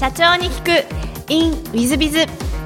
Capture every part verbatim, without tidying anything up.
社長に聞く in ウィズビズ。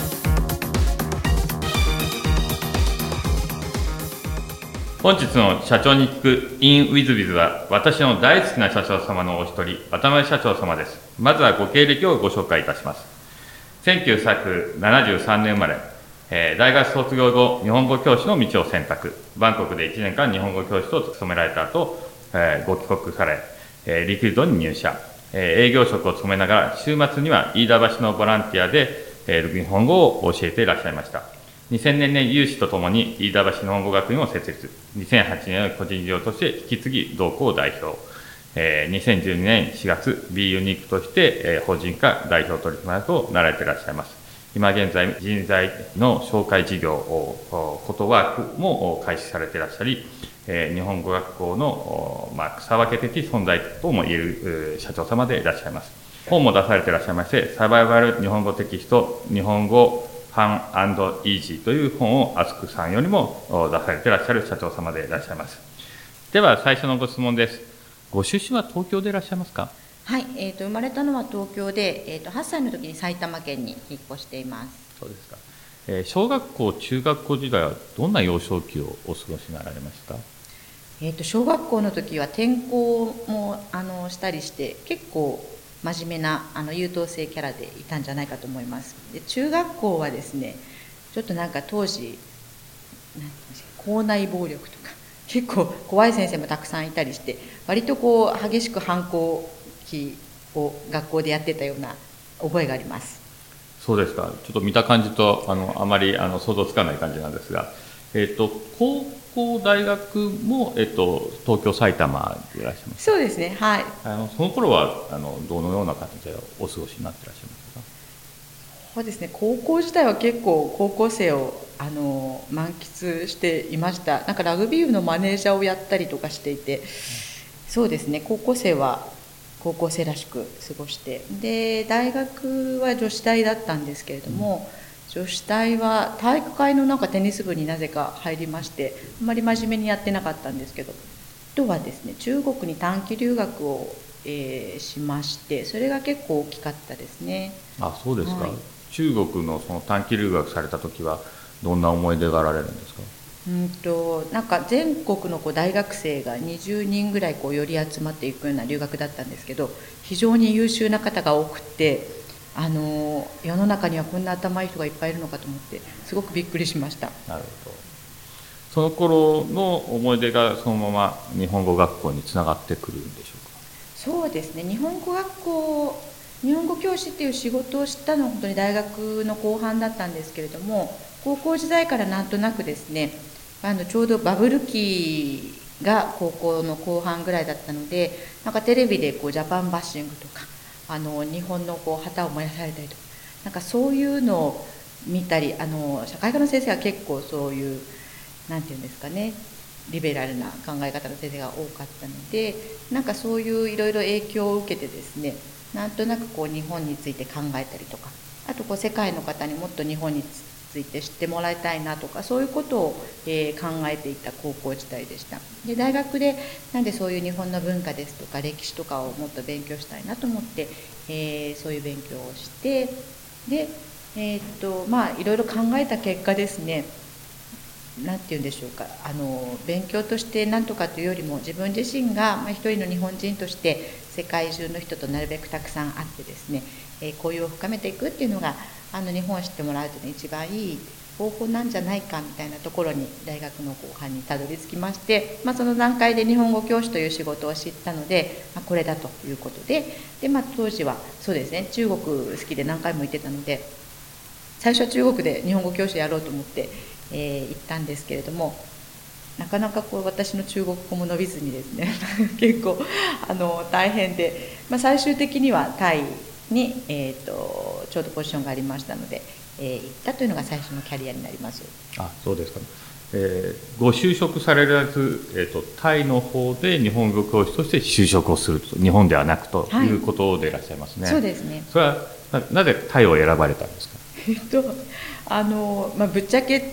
本日の社長に聞く in ウィズビズは、私の大好きな社長様のお一人、渡辺社長様です。まずはご経歴をご紹介いたします。せんきゅうひゃくななじゅうさんねん生まれ、えー、大学卒業後、日本語教師の道を選択。バンコクでいちねんかん日本語教師と務められた後、えー、ご帰国され、えー、リクルートに入社、えー、営業職を務めながら、週末には飯田橋のボランティアで、えー、日本語を教えていらっしゃいました。にせんねんに有志とともに飯田橋日本語学院を設立。にせんはちねんは個人事業として引き継ぎ同行代表。えー、にせんじゅうにねんしがつ B ユニークとして、えー、法人化代表取締役となられていらっしゃいます。今現在人材の紹介事業をフォトワークも開始されていらっしゃり、えー、日本語学校の、まあ、草分け的存在とも言える社長様でいらっしゃいます。本も出されていらっしゃいまして、サバイバル日本語テキスト日本語ファン&イージーという本をアスクさんよりも出されていらっしゃる社長様でいらっしゃいます。では最初のご質問です。ご出身は東京でいらっしゃいますか？ はい、えー、と生まれたのは東京で、えー、とはっさいの時に埼玉県に引っ越しています。 そうですか。えー、小学校中学校時代はどんな幼少期をお過ごしになられました？ えー、と小学校の時は転校もあのしたりして結構真面目なあの優等生キャラでいたんじゃないかと思います。で中学校はですね、ちょっとなんか当時なんていうんですか、校内暴力とか結構怖い先生もたくさんいたりして、割とこう激しく反抗期を学校でやってたような覚えがあります。 そうですか。ちょっと見た感じとあのあまりあの想像つかない感じなんですが、えー、と高校大学も、えー、と東京埼玉でいらっしゃいますか？ そうですね、はい。 あのその頃はあのどのような形でお過ごしになっていらっしゃいますか？ そうですね、高校時代は結構高校生をあの満喫していました。なんかラグビー部のマネージャーをやったりとかしていて、そうですね、高校生は高校生らしく過ごして、で大学は女子大だったんですけれども、うん、女子大は体育会のなんかテニス部になぜか入りまして、あんまり真面目にやってなかったんですけど、あとはですね、中国に短期留学を、えー、しまして、それが結構大きかったですね。 あ、そうですか。はい、中国のその短期留学された時はどんな思い出があられるんですか？ うんとなんか全国のこう大学生がにじゅうにんぐらいこう寄り集まっていくような留学だったんですけど、非常に優秀な方が多くて、あの世の中にはこんな頭いい人がいっぱいいるのかと思ってすごくびっくりしました。 なるほど。その頃の思い出がそのまま日本語学校につながってくるんでしょうか？ そうですね、日本語学校日本語教師っていう仕事をしたのは本当に大学の後半だったんですけれども、高校時代からなんとなくですね、あのちょうどバブル期が高校の後半ぐらいだったので、なんかテレビでこうジャパンバッシングとか、あの日本のこう旗を燃やされたりとか、なんかそういうのを見たり、あの社会科の先生は結構そういうなんていうんですかね、リベラルな考え方の先生が多かったので、なんかそういういろいろ影響を受けてですね、なんとなくこう日本について考えたりとか、あとこう世界の方にもっと日本について知ってもらいたいなとか、そういうことを、えー、考えていた高校時代でした。で大学でなんでそういう日本の文化ですとか歴史とかをもっと勉強したいなと思って、えー、そういう勉強をして、で、えー、っとまあいろいろ考えた結果ですね、なんて言うんでしょうか、あの勉強として何とかというよりも、自分自身が、まあ、一人の日本人として世界中の人となるべくたくさん会ってですね、えー、交流を深めていくっていうのが、あの日本を知ってもらうというのが一番いい方法なんじゃないかみたいなところに大学の後半にたどり着きまして、まあ、その段階で日本語教師という仕事を知ったので、まあ、これだということで、で、まあ、当時はそうですね、中国好きで何回も行ってたので、最初は中国で日本語教師やろうと思って、えー、行ったんですけれども、なかなかこう私の中国語も伸びずにですね結構あの大変で、まあ、最終的にはタイに、えー、とちょうどポジションがありましたので、えー、行ったというのが最初のキャリアになります。 あ、そうですか、ね。えー、ご就職されらず、えー、とタイの方で日本語教師として就職をすると、日本ではなくということでいらっしゃいますね。 はい、そうですね。 それは な, なぜタイを選ばれたんですか？ えっとあの、まあ、ぶっちゃけ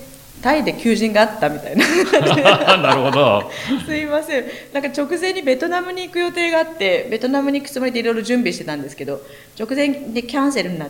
タイで求人があったみたいななるほど。 すいません、なんか直前にベトナムに行く予定があって、ベトナムに行くつもりでいろいろ準備してたんですけど、直前でキャンセルになって、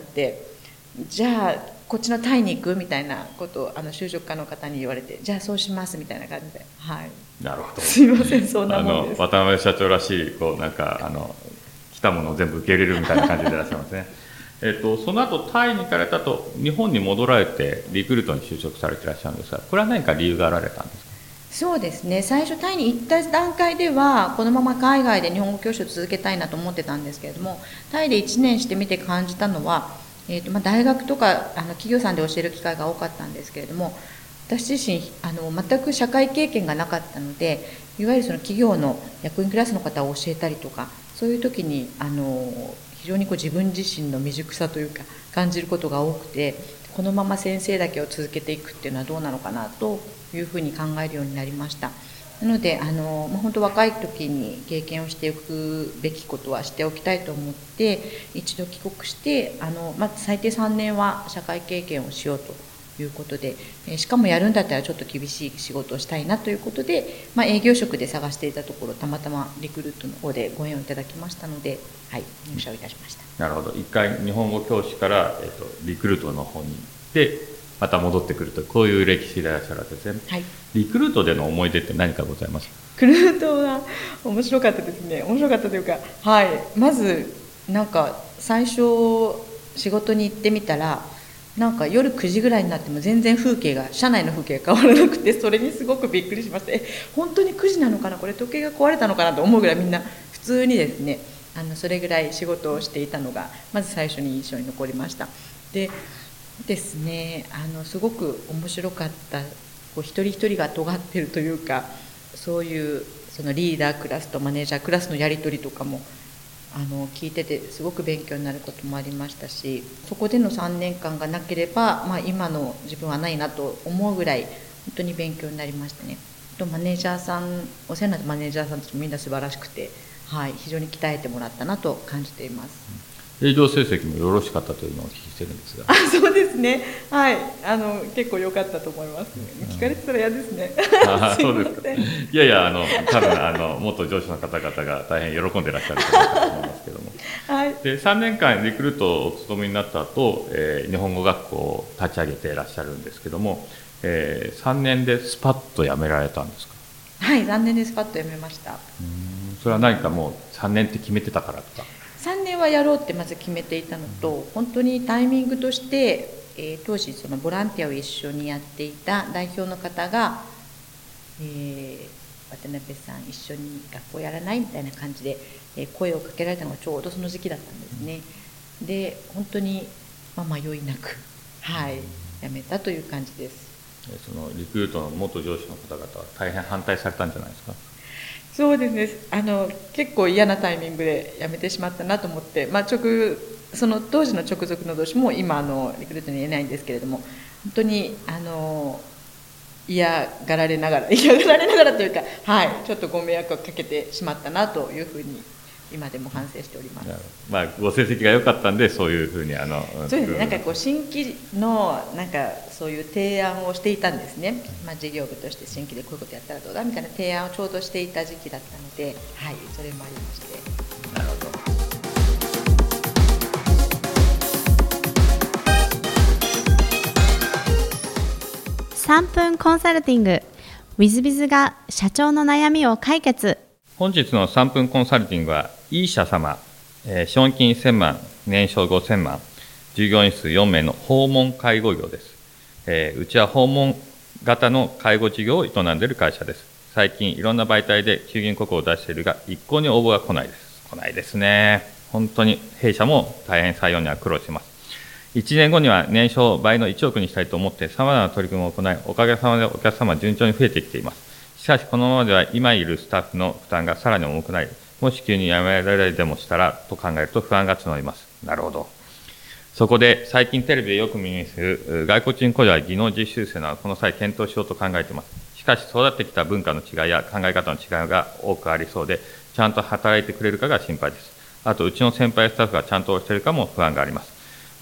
じゃあこっちのタイに行くみたいなことをあの就職課の方に言われて、じゃあそうしますみたいな感じで、はい、 なるほど。 すいません、そんなもんです。 あの渡辺社長らしいこうなんかあの来たものを全部受け入れるみたいな感じでいらっしゃいますね。えっとその後タイに行かれたと日本に戻られてリクルートに就職されていらっしゃるんですが、これは何か理由があられたんですか？ そうですね、最初タイに行った段階ではこのまま海外で日本語教師を続けたいなと思ってたんですけれども、タイでいちねんしてみて感じたのは、えーとまあ、大学とかあの企業さんで教える機会が多かったんですけれども、私自身あの全く社会経験がなかったので、いわゆるその企業の役員クラスの方を教えたりとか、そういう時にあの非常にこう自分自身の未熟さというか感じることが多くて、このまま先生だけを続けていくっていうのはどうなのかなというふうに考えるようになりました。なのであの、まあ、本当若い時に経験をしておくべきことはしておきたいと思って一度帰国してあの、まあ、最低さんねんは社会経験をしようということで、しかもやるんだったらちょっと厳しい仕事をしたいなということで、まあ、営業職で探していたところ、たまたまリクルートの方でご縁をいただきましたので、はい、入社をいたしました。 なるほど。一回日本語教師から、えっと、リクルートの方に行ってまた戻ってくると、こういう歴史でいらっしゃるわけですね。 はい、 リクルートでの思い出って何かございますか？ リクルートは面白かったですね。面白かったというか、はい、まずなんか最初仕事に行ってみたら、なんか夜くじぐらいになっても全然風景が車内の風景が変わらなくて、それにすごくびっくりしました。え本当にくじなのかな、これ時計が壊れたのかなと思うぐらい、みんな普通にですね、あのそれぐらい仕事をしていたのがまず最初に印象に残りました。でですね、あのすごく面白かった、こう一人一人が尖ってるというか、そういうそのリーダークラスとマネージャークラスのやり取りとかもあの聞いててすごく勉強になることもありましたし、そこでのさんねんかんがなければ、まあ、今の自分はないなと思うぐらい本当に勉強になりましたね。とマネージャーさん、お世話になったマネージャーさんたちもみんな素晴らしくて、はい、非常に鍛えてもらったなと感じています。 営業成績もよろしかったというのをお聞きしてるんですが。 あ、そうですね、はい、あの結構良かったと思います、ね、聞かれてたら嫌ですね。 あそうですか。いやいや、あの多分あの元上司の方々が大変喜んでいらっしゃると思いますけども、 はい、 でさんねんかんリクルートをお勤めになった後、えー、日本語学校を立ち上げていらっしゃるんですけども、えー、さんねんでスパッと辞められたんですか？ はい、さんねんでスパッと辞めました。 うーん、それは何かもうさんねんって決めてたからとか？ さんねんはやろうってまず決めていたのと、本当にタイミングとして、えー、当時そのボランティアを一緒にやっていた代表の方が、えー、渡辺さん一緒に学校やらないみたいな感じで、えー、声をかけられたのがちょうどその時期だったんですね。で本当に、まあ、迷いなく、はい、辞めたという感じです。 そのリクルートの元上司の方々は大変反対されたんじゃないですか？ そうですね、あの結構嫌なタイミングで辞めてしまったなと思って、まあ、直その当時の直属の同志も今あのリクルートに言えないんですけれども、本当にあの嫌がられながら嫌がられながらというか、はい、ちょっとご迷惑をかけてしまったなというふうに今でも反省しております。 まあ、ご成績が良かったんでそういうふうにあのそうですね、なんかこう新規のなんかそういう提案をしていたんですね。まあ、事業部として新規でこういうことやったらどうだみたいな提案をちょうどしていた時期だったので、はい、それもありまして。 なるほど。 さんぷんコンサルティング ウィズビズ が社長の悩みを解決。 本日のさんぷんコンサルティングはいい社様、えー、資本金せんまん、年商ごせんまん、従業員数よんめいの訪問介護業です。えー、うちは訪問型の介護事業を営んでいる会社です。最近いろんな媒体で求人広告を出しているが一向に応募が来ないです。来ないですね。本当に弊社も大変採用には苦労しています。いちねんごには年商倍のいちおくにしたいと思ってさまざまな取り組みを行い、おかげさまでお客様は順調に増えてきています。しかしこのままでは今いるスタッフの負担がさらに重くなり、もし急に辞められるでもしたらと考えると不安が募ります。なるほど。そこで最近テレビでよく耳にする外国人雇用や技能実習生などこの際検討しようと考えています。しかし育ってきた文化の違いや考え方の違いが多くありそうで、ちゃんと働いてくれるかが心配です。あとうちの先輩スタッフがちゃんとしているかも不安があります。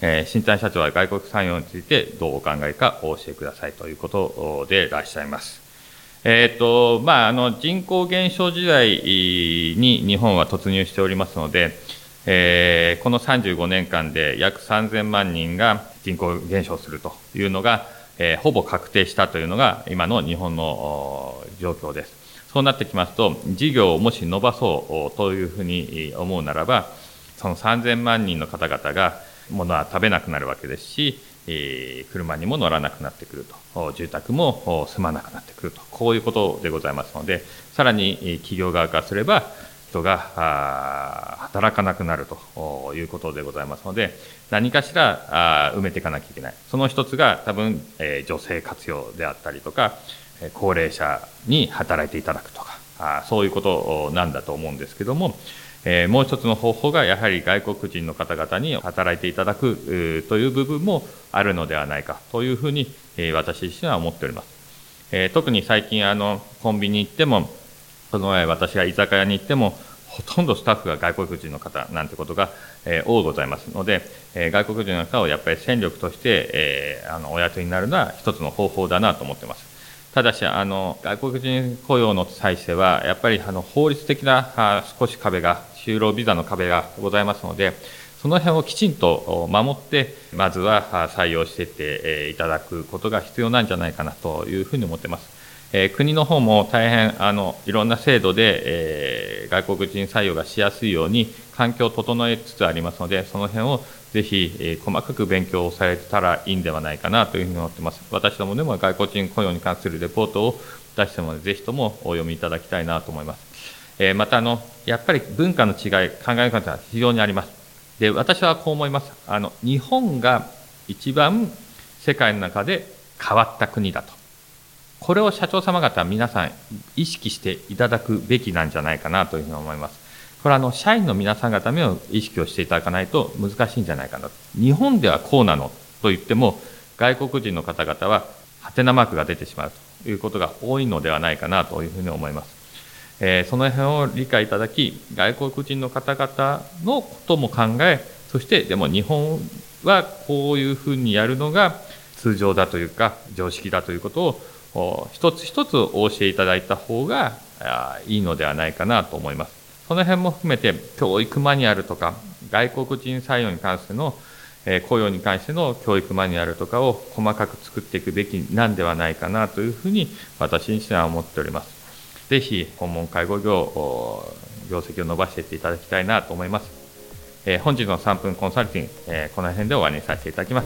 えー、新谷社長は外国採用についてどうお考えかお教えくださいということでいらっしゃいます。えーとまあ、あの人口減少時代に日本は突入しておりますので、えー、このさんじゅうごねんかんで約さんぜんまんにんが人口減少するというのが、えー、ほぼ確定したというのが今の日本の状況です。そうなってきますと、事業をもし伸ばそうというふうに思うならば、そのさんぜんまんにんの方々が物は食べなくなるわけですし、えー、車にも乗らなくなってくると、住宅も住まなくなってくると、こういうことでございますので、さらに企業側からすれば、人が働かなくなるということでございますので、何かしら埋めていかなきゃいけない。その一つが多分、えー、女性活用であったりとか、高齢者に働いていただくとか、そういうことなんだと思うんですけども、えー、もう一つの方法がやはり外国人の方々に働いていただくという部分もあるのではないかというふうに、えー、私自身は思っております。えー、特に最近あのコンビニに行っても、その前私が居酒屋に行ってもほとんどスタッフが外国人の方なんてことが、えー、多ございますので、えー、外国人の方をやっぱり戦力として、えー、あのお雇いになるのは一つの方法だなと思っています。ただしあの外国人雇用の際してはやっぱりあの法律的なあ少し壁が就労ビザの壁がございますので、その辺をきちんと守ってまずは採用していっていただくことが必要なんじゃないかなというふうに思っています。えー、国の方も大変あのいろんな制度で、えー、外国人採用がしやすいように環境を整えつつありますので、その辺をぜひ、えー、細かく勉強をされたらいいんではないかなというふうに思っています。私どもでも外国人雇用に関するレポートを出してもぜひともお読みいただきたいなと思います。えー、またあのやっぱり文化の違い、考え方は非常にあります。で、私はこう思います。あの日本が一番世界の中で変わった国だと。これを社長様方皆さん意識していただくべきなんじゃないかなというふうに思います。これはあの社員の皆さん方も意識をしていただかないと難しいんじゃないかなと。日本ではこうなのと言っても外国人の方々はハテナマークが出てしまうということが多いのではないかなというふうに思います。えー、その辺を理解いただき、外国人の方々のことも考え、そしてでも日本はこういうふうにやるのが通常だというか常識だということを一つ一つお教えいただいた方がいいのではないかなと思います。その辺も含めて教育マニュアルとか外国人採用に関しての雇用に関しての教育マニュアルとかを細かく作っていくべきなんではないかなというふうに私自身は思っております。ぜひ訪問介護業業績を伸ばしていっていただきたいなと思います。えー、本日のさんぷんコンサルティング、えー、この辺で終わりにさせていただきます。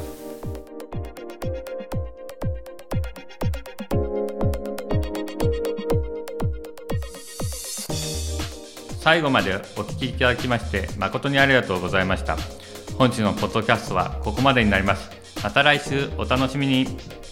最後までお聞きいただきまして誠にありがとうございました。本日のポッドキャストはここまでになります。また来週お楽しみに。